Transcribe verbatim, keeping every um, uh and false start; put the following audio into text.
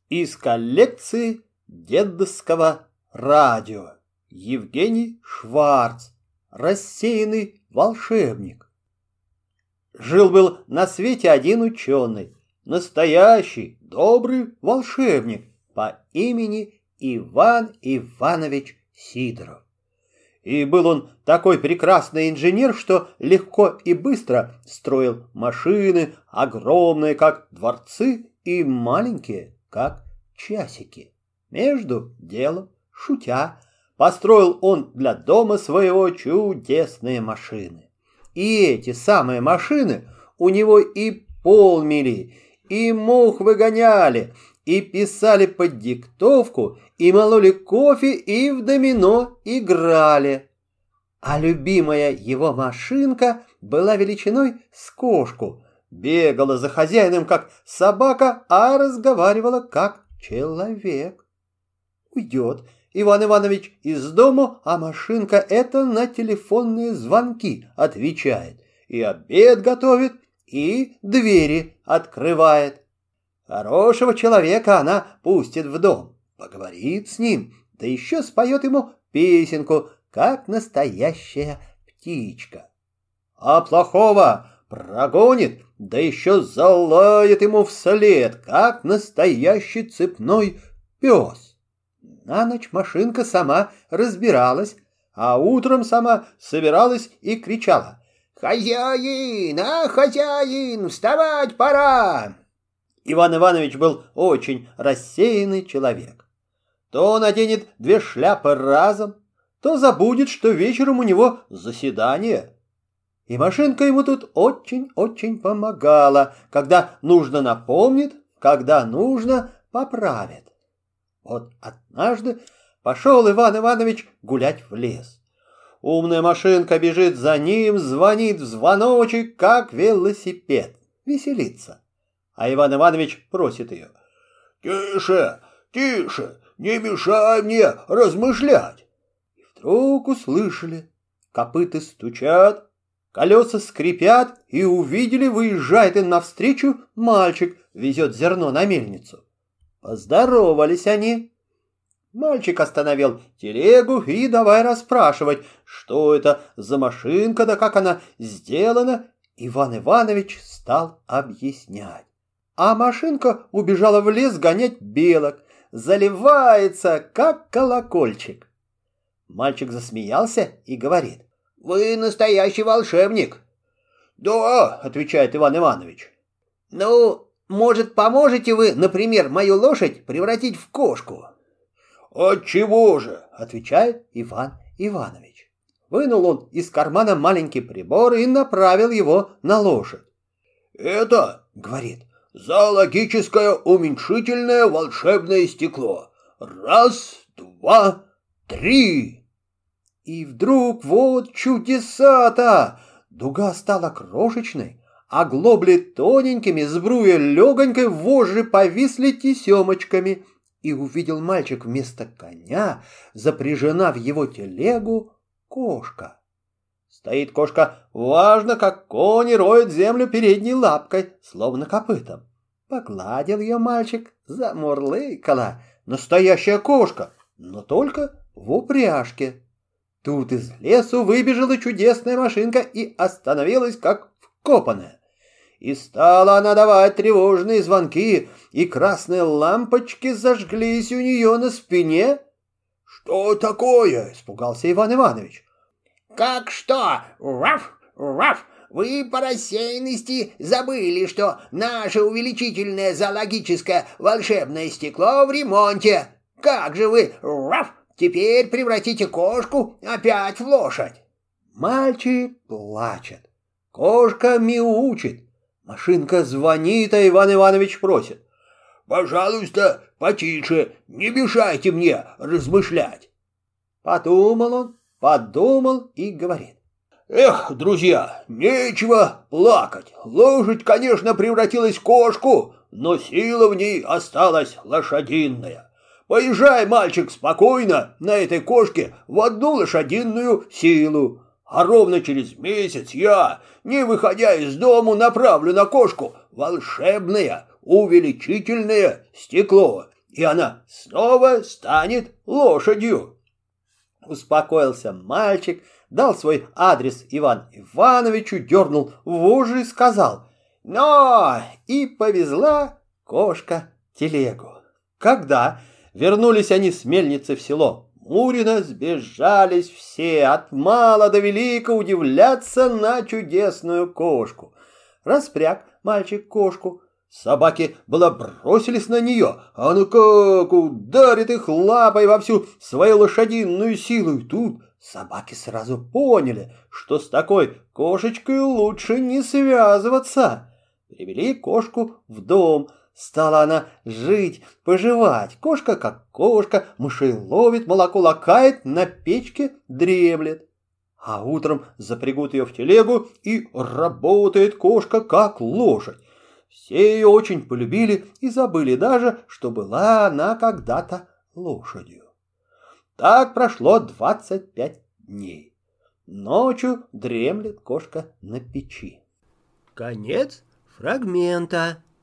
Из коллекции дедовского радио. Евгений Шварц. Рассеянный волшебник. Жил-был на свете один ученый, настоящий добрый волшебник по имени Иван Иванович Сидоров. И был он такой прекрасный инженер, что легко и быстро строил машины, огромные, как дворцы, и маленькие, как часики. Между делом, шутя, построил он для дома своего чудесные машины. И эти самые машины у него и пол мели, и мух выгоняли, и писали под диктовку, и мололи кофе, и в домино играли. А любимая его машинка была величиной с кошку, бегала за хозяином, как собака, а разговаривала, как человек. Уйдет Иван Иванович из дому, а машинка эта на телефонные звонки отвечает, и обед готовит, и двери открывает. Хорошего человека она пустит в дом, поговорит с ним, да еще споет ему песенку, как настоящая птичка. А плохого прогонит, да еще залает ему вслед, как настоящий цепной пес. На ночь машинка сама разбиралась, а утром сама собиралась и кричала: «Хозяин, а хозяин, вставать пора!» Иван Иванович был очень рассеянный человек. То наденет две шляпы разом, то забудет, что вечером у него заседание. И машинка ему тут очень-очень помогала, когда нужно напомнит, когда нужно поправит. Вот однажды пошел Иван Иванович гулять в лес. Умная машинка бежит за ним, звонит в звоночек, как велосипед, веселится. А Иван Иванович просит ее: «Тише, тише, не мешай мне размышлять». И вдруг услышали, копыта стучат, колеса скрипят, и увидели, выезжает им навстречу мальчик, везет зерно на мельницу. Поздоровались они. Мальчик остановил телегу и давай расспрашивать, что это за машинка, да как она сделана. Иван Иванович стал объяснять. А машинка убежала в лес гонять белок, заливается, как колокольчик. Мальчик засмеялся и говорит: «Вы настоящий волшебник». «Да», — отвечает Иван Иванович. «Ну, может, поможете вы, например, мою лошадь превратить в кошку?» «Отчего же?» — отвечает Иван Иванович. Вынул он из кармана маленький прибор и направил его на лошадь. «Это, — говорит, — зоологическое уменьшительное волшебное стекло. Раз, два, три!» И вдруг вот чудеса-то! Дуга стала крошечной, а глобли тоненькими, сбруя легонькой, вожжи повисли тесемочками. И увидел мальчик, вместо коня запряжена в его телегу кошка. Стоит кошка важно, как конь, и роет землю передней лапкой, словно копытом. Погладил ее мальчик, замурлыкала. Настоящая кошка, но только в упряжке. Тут из лесу выбежала чудесная машинка и остановилась, как вкопанная. И стала она давать тревожные звонки, и красные лампочки зажглись у нее на спине. «Что такое?» — испугался Иван Иванович. «Как что? Раф, раф! Вы по рассеянности забыли, что наше увеличительное зоологическое волшебное стекло в ремонте. Как же вы, раф, теперь превратите кошку опять в лошадь?» Мальчик плачет, кошка мяучит, машинка звонит, а Иван Иванович просит: «Пожалуйста, потише, не мешайте мне размышлять». Подумал он, подумал и говорит: «Эх, друзья, нечего плакать. Лошадь, конечно, превратилась в кошку, но сила в ней осталась лошадиная. Поезжай, мальчик, спокойно на этой кошке в одну лошадиную силу. А ровно через месяц я, не выходя из дому, направлю на кошку волшебное увеличительное стекло. и она снова станет лошадью. Успокоился мальчик, дал свой адрес Ивану Ивановичу, дернул вожжи и сказал: «Но!» и повезла кошка телегу. Когда вернулись они с мельницы в село Мурино, сбежались все, от мала до велика, удивляться на чудесную кошку. Распряг мальчик кошку. Собаки было бросились на нее, а она как ударит их лапой во всю свою лошадиную силу. И тут собаки сразу поняли, что с такой кошечкой лучше не связываться. Привели кошку в дом. Стала она жить, поживать. Кошка как кошка, мышей ловит, молоко лакает, на печке дремлет. А утром запрягут ее в телегу, и работает кошка как лошадь. Все ее очень полюбили и забыли даже, что была она когда-то лошадью. Так прошло двадцать пять дней. Ночью дремлет кошка на печи. Конец фрагмента.